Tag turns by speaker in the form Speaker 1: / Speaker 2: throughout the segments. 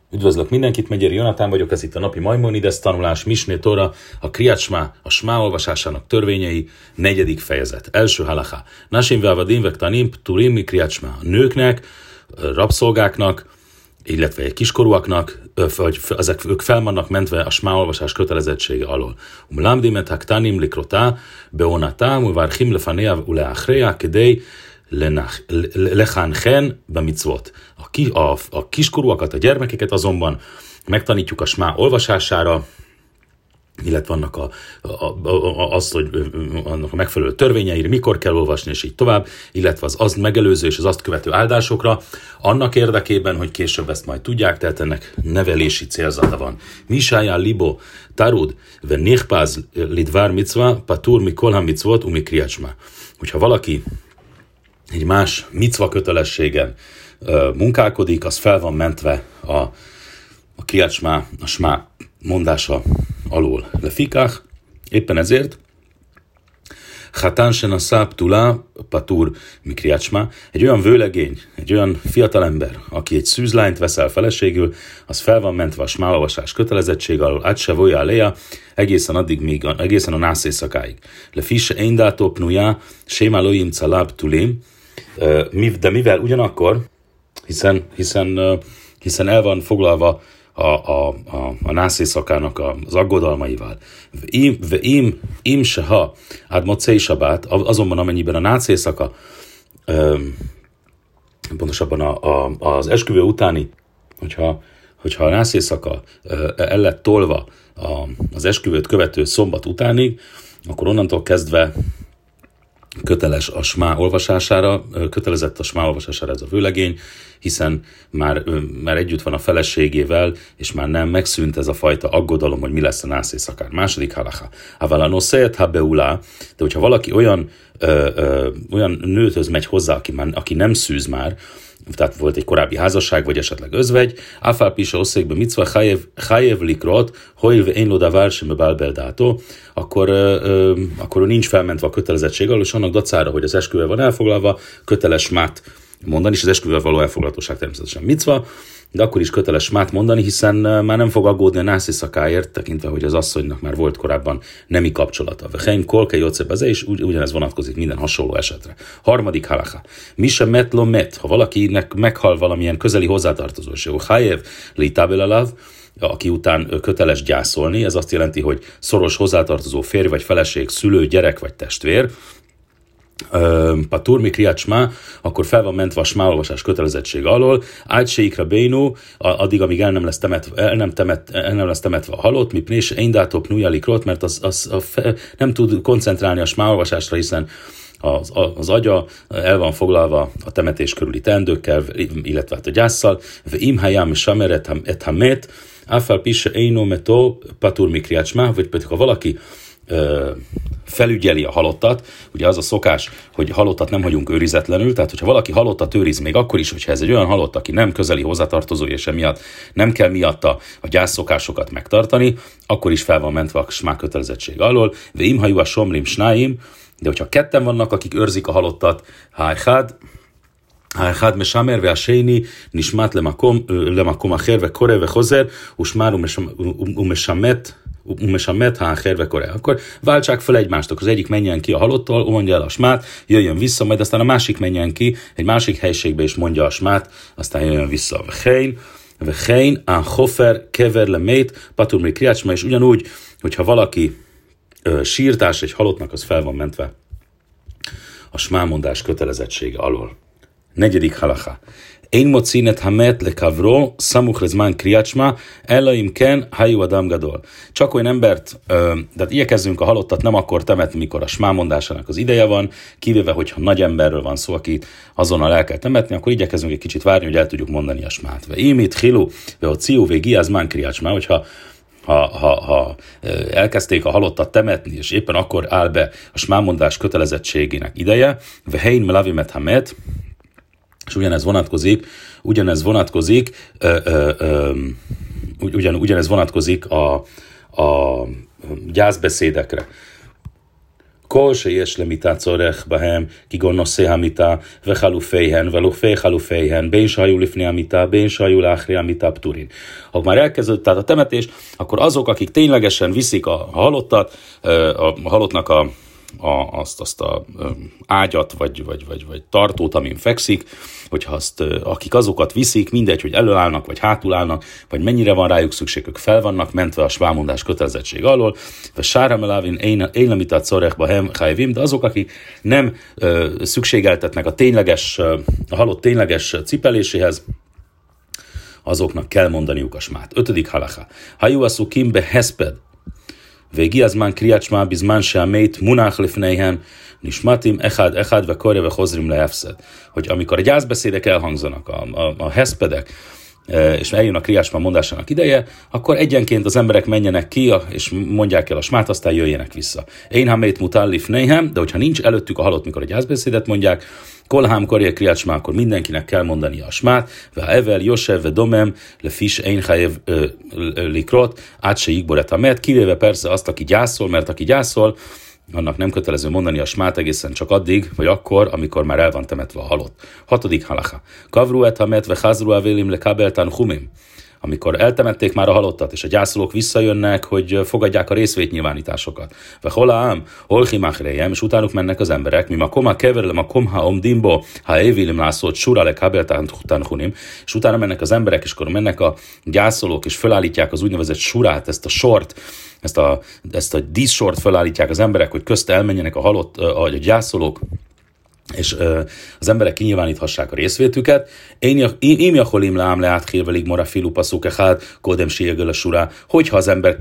Speaker 1: Üdvözlök mindenkit, Megyeri Jonatán vagyok, ez itt a napi Maimonides tanulás, Misné Tóra, a Kriyat Shma, a Smá olvasásának törvényei, 4. fejezet. Első halacha. Nashim ve'avadim ve'ktanim pturim mi Kriyat Shma. A nőknek, rabszolgáknak, illetve kiskorúaknak, ők fel vannak mentve a Smá olvasás kötelezettsége alól. Lamdim et haktanim likrotá, beonatam, uvarchim lefanea uleachrea, kedei lechanchen bemitzvot. A kiskorúakat, a gyermekeket azonban megtanítjuk a Smá olvasására, illetve annak annak a megfelelő törvényeire, mikor kell olvasni, és így tovább, illetve az megelőző és az azt követő áldásokra, annak érdekében, hogy később ezt majd tudják, tehát ennek nevelési célzata van. Misájá libo tarud ve nichpáz lidvár micva, patur mikol ha micvot umi Kriyat Shma. Hogyha valaki egy más micva kötelességen munkálkodik, az fel van mentve a Kriyat Shma, a Smá mondása alól. Lefikach, éppen ezért, Hatán sen a száptulá, patur mi Kriyat Shma, egy olyan vőlegény, egy olyan fiatalember, aki egy szűzlányt veszel feleségül, az fel van mentve a Smá olvasás kötelezettség alól, át se volja léja, egészen a nász éjszakáig. Lefisse eindátó pnujá, sémá loim caláb tulim, de mivel ugyanakkor, hiszen el van foglalva a nász éjszakának az aggodalmaival. Im seha ad mocei sabát, azonban amennyiben a nász éjszaka, pontosabban az esküvő utáni, hogyha a nász éjszaka el lett tolva az esküvőt követő szombat utánig, akkor onnantól kezdve kötelezett a Smá olvasására ez a vőlegény, hiszen már együtt van a feleségével, és már nem megszűnt ez a fajta aggodalom, hogy mi lesz a nász éjszakán. Második halacha. Aval a noszeit ha beulá, de hogyha valaki olyan nőthöz megy hozzá, aki nem szűz már, tehát volt egy korábbi házasság, vagy esetleg özvegy, afál pisa oszékbe micva chayev likrot, hoilve én lodavár sem bálbeldátó, akkor nincs felmentve a kötelezettség alól, és annak dacára, hogy az esküvő van elfoglalva, köteles Smát mondani, és az esküvővel való elfoglaltosság természetesen micva, de akkor is köteles Smát mondani, hiszen már nem fog aggódni a nász éjszakáért, tekintve, hogy az asszonynak már volt korábban nemi kapcsolata. Vecheim kolke jócebeze, és ugyanez vonatkozik minden hasonló esetre. Harmadik halacha. Mi sem metlo met, ha valakinek meghal valamilyen közeli hozzátartozó, és jó hájev litábelalav, aki után köteles gyászolni, ez azt jelenti, hogy szoros hozzátartozó férj vagy feleség, szülő, gyerek vagy testvér, patur mi Kriyat Shma, akkor fel van mentve a Smá olvasás kötelezettség alól, ágyseikra bénú, addig, amíg el nem lesz temetve a halott, mi pnés eindátó pnujalikrot, mert az nem tud koncentrálni a Smá olvasásra, hiszen az agya el van foglalva a temetés körüli teendőkkel, illetve a gyásszal, ve imhajám samer et hamet, afal pisse eino meto patur mi Kriyat Shma, vagy pedig ha valaki felügyeli a halottat, ugye az a szokás, hogy halottat nem hagyunk őrizetlenül, tehát hogyha valaki halottat őriz még akkor is, hogyha ez egy olyan halott, aki nem közeli hozzátartozó, és emiatt nem kell miatta a gyászszokásokat megtartani, akkor is fel van mentve a Smá kötelezettség alól, ve imhajú a somlim snáim, de hogyha ketten vannak, akik őrzik a halottat, האחד משמר והשני נשמט למקום אחר וקורא וחוזר ושמר umesamet háher vekore. Akkor váltsák fel egymást, az egyik menjen ki a halottól, mondja el a Smát, jöjjön vissza, majd aztán a másik menjen ki egy másik helységbe és mondja a Smát, aztán jöjjön vissza. Vechein, a hofer kever lemét, patur mi Kriyat Shma, és ugyanúgy, hogyha valaki sírtás egy halottnak, az fel van mentve a Smá mondás kötelezettsége alól. 4. halacha. Én mocinet hamet le kavro, szamuch lezmán Kriyat Shma, elaim ken, hajú adam gadol. Csak olyan embert, de igyekezzünk a halottat nem akkor temetni, mikor a Smá mondásának az ideje van, kivéve, hogyha nagy emberről van szó, akit azonnal el kell temetni, akkor igyekezzünk egy kicsit várni, hogy el tudjuk mondani a Smát. Ve imit hilu, ve a ciu végi az mán Kriyat Shma, hogyha ha elkezdték a halottat temetni, és éppen akkor áll be a Smá mondás kötelezettségének ideje, ve hein melavimet hamet, és ugyanez vonatkozik a gyászbeszédekre. כל שיש למיתה צורך בהם, כגון נושא המיתה וחלופיהן ולופי חלופיהן, בין שהיו לפני המיתה, בין שהיו לאחרי המיתה פטורין. Ha már elkezdődött tehát a temetés, akkor azok, akik ténylegesen viszik a halottat, a halottnak azt a ágyat, vagy tartót, amin fekszik, hogyha akik azokat viszik, mindegy, hogy előállnak, vagy hátulállnak, vagy mennyire van rájuk szükség, ők fel vannak mentve a svámondás kötelezettség alól, vagy sáramelávin énlemitat szorechba hem hájvim, de azok, akik nem szükségeltetnek a halott tényleges cipeléséhez, azoknak kell mondaniuk a smát. 5. halacha. Hajú asukim be hesped, והגיע הזמן קריאת שמע בזמן שהמת מונח לפניהם, נשמטים אחד וקורא וחוזרים להפסד. Hogy amikor a gyászbeszédek elhangzanak, a heszpedek, és eljön a kriát smá mondásának ideje, akkor egyenként az emberek menjenek ki, és mondják el a smát, aztán jöjjenek vissza. Én hamét mutál lifneihem, de hogyha nincs előttük a halott, mikor a gyászbeszédet mondják, kolhám korje kriát smá, akkor mindenkinek kell mondani a smát, ve evel, Josev, ve domem, le fis, én hajev likrot, át se jigboret amet, kivéve persze azt, aki gyászol, mert aki gyászol, annak nem kötelező mondani a smát egészen csak addig, vagy akkor, amikor már el van temetve a halott. 6. halacha. Kavru et hamet ve chazru avélim le kabeltan humim. Amikor eltemették már a halottat, és a gyászolók visszajönnek, hogy fogadják a részvétnyilvánításokat. Ve holaám, holchim achrejem, és utánuk mennek az emberek, mi ma koma keverlem a komha omdimbo, ha évilim lászott sura le kabeltan hunim, és utána mennek az emberek, és akkor mennek a gyászolók, és felállítják az úgynevezett surát, ezt a sort, ezt a díszsort felállítják az emberek, hogy közte elmenjenek a halott, a gyászolók, és az emberek kinyilváníthassák a részvétüket. Én jacholim leám leáthélvelig mora filupaszuk echát, kódem siegöl surá, hogyha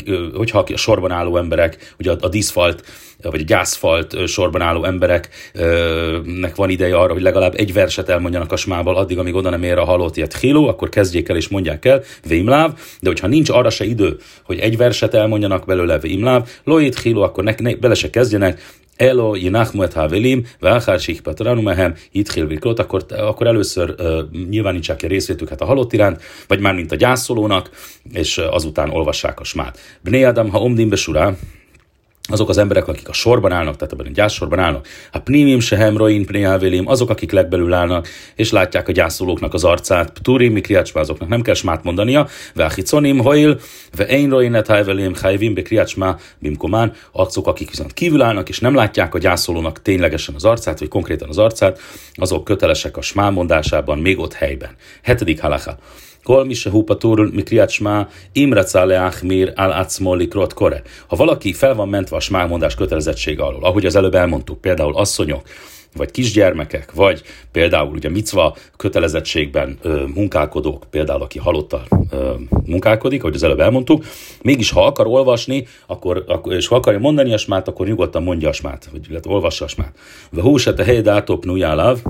Speaker 1: a sorban álló emberek, ugye a díszfalt, vagy a gyászfalt sorban álló embereknek van ideje arra, hogy legalább egy verset elmondjanak a smával, addig, amíg oda nem ér a halott ilyet hilo, akkor kezdjék el és mondják el, véimláv, de hogyha nincs arra se idő, hogy egy verset elmondjanak belőle véimláv, lojét hilo, akkor bele se kezdjenek, Elo, Jinachmuet Havelim, Váhár Sikpatranu Mehem, Hitchil Vikrot, akkor először nyilvánítsák ki a részvétüket a halott iránt, vagy már mint a gyászolónak, és azután olvassák a smát. Bnei Adam, ha omdim besurá, azok az emberek, akik a sorban állnak, tehát ebben a gyászsorban állnak, a pnimim sehem roin pneávélim, azok, akik legbelül állnak, és látják a gyászolóknak az arcát, pturim mikriácsma, azoknak nem kell smát mondania, ve achiconim hoil, ve ein roin etájvelém hájvim be kriácsma bimkomán, azok, akik viszont kívül állnak, és nem látják a gyászolónak ténylegesen az arcát, vagy konkrétan az arcát, azok kötelesek a smá mondásában, még ott helyben. 7. halacha. Kol mi se hupatur mikriát smá, imracá leáchmír al acmo likrot kore. Ha valaki fel van mentve a smámondás kötelezettsége alól, ahogy az előbb elmondtuk, például asszonyok, vagy kisgyermekek, vagy például ugye micva kötelezettségben munkálkodók, például aki halottal munkálkodik, ahogy az előbb elmondtuk, mégis ha akar olvasni, és ha akarja mondani a smát, akkor nyugodtan mondja a smát, vagy illetve olvassa a smát. Ve húsete helydátop nujáláv,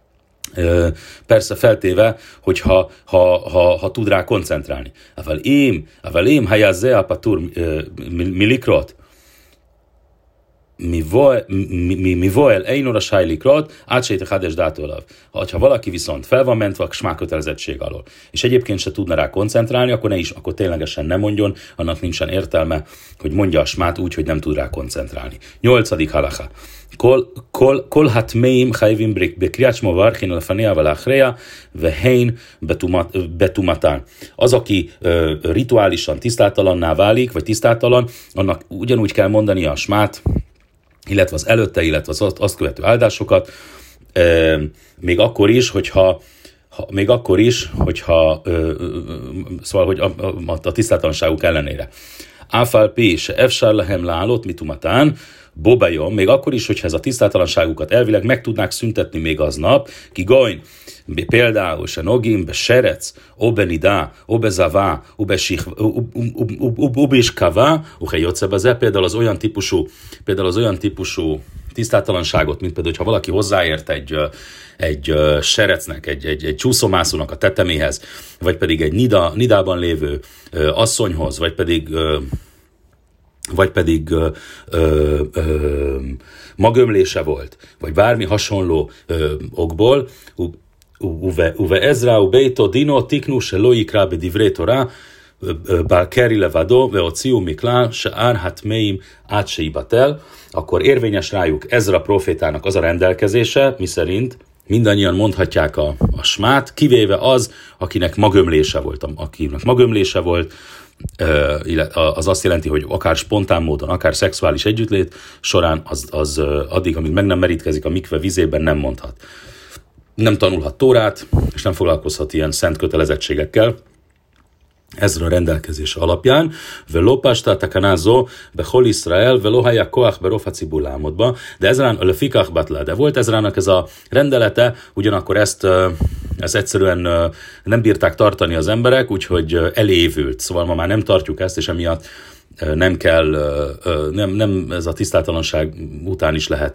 Speaker 1: persze feltéve, hogyha ha tud rá koncentrálni. Aval én hajazzé a patur milikrot, mi voel einora sájlikrot, átsejte hades dátolav. Ha valaki viszont fel van mentve a smá kötelezettség alól, és egyébként se tudna rá koncentrálni, akkor ténylegesen nem mondjon, annak nincsen értelme, hogy mondja a smát úgy, hogy nem tud rá koncentrálni. 8. halacha. Kol hatmeim chayvim bekriácsma varchin lefanea velachrea vehein betumatán. Az, aki rituálisan tisztátalanná válik, vagy tisztátalan, annak ugyanúgy kell mondani a smát, illetve az előtte, illetve az azt követő áldásokat, még akkor is, hogyha szóval, hogy a tisztátalanságuk ellenére. Áfál pi se efsár lehem leállott mitumatán, bobajom, még akkor is, hogyha ez a tisztátalanságukat elvileg meg tudnák szüntetni még aznap, ki gojn, például se nogim, be serec, obenidá, obezavá, ubiskavá, uhelyocebeze, például az olyan típusú tisztátalanságot, mint például, ha valaki hozzáért egy serecnek, egy csúszómászónak a teteméhez, vagy pedig egy nidában lévő asszonyhoz, vagy pedig magömlése volt, vagy bármi hasonló okból, uve ezra, ubeito, dino, tiknu, se loikra, be divré torá, bál keri levadó, veociu miklál, se árhat meim átseibatel, akkor érvényes rájuk Ezra profétának az a rendelkezése, miszerint mindannyian mondhatják a smát, kivéve az, akinek magömlése volt. Akinek magömlése volt, az azt jelenti, hogy akár spontán módon, akár szexuális együttlét során az addig, amíg meg nem merítkezik a mikve vizében, nem mondhat. Nem tanulhat Tórát, és nem foglalkozhat ilyen szent kötelezettségekkel. Ezra a rendelkezése alapján, velopástá takanázó, behol Israel, velohaja koach berofa cibur lámodba, de Ezrán lefikach batla, de volt Ezrának ez a rendelete, ugyanakkor ezt egyszerűen nem bírták tartani az emberek, úgyhogy elévült, szóval ma már nem tartjuk ezt, és emiatt nem kell, nem ez a tisztátalanság után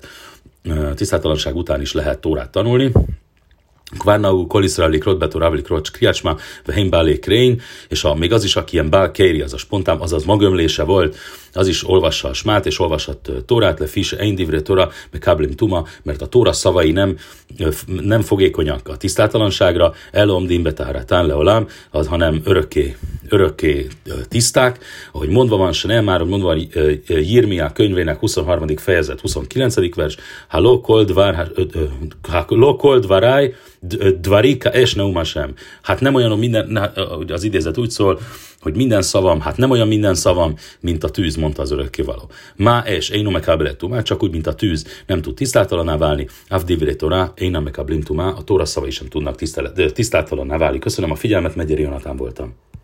Speaker 1: is lehet Tórát tanulni. Kvárnaú, Koliszrali, Krotbetorávli, Krocs, Kriácsma, Veheim Bálé Krény, és még az is, aki ilyen Bál Kéri, az a spontán, azaz magömlése volt, az is olvassa a smát, és olvashat Tórát, le fise, eindivre Tóra, meg káblim tuma, mert a Tóra szavai nem fogékonyak a tisztátalanságra, elom dimbetárá tán leolám, hanem örökké tiszták, ahogy mondva van, se nem már, mondva van Jirmiá könyvének 23. fejezet, 29. vers, ha lo koldvaráj, dvarika es neuma sem. Hát nem olyan minden, az idézet úgy szól, hogy minden szavam, hát nem olyan minden szavam, mint a tűz, mondta az örökkévaló. Má es, én umekablet tumá, csak úgy, mint a tűz nem tud tisztátalaná válni, avdivre torá, én umekablim tumá, a Tóra szavai sem tudnak tisztátalaná válni. Köszönöm a figyelmet, Megyeri Jonatán voltam.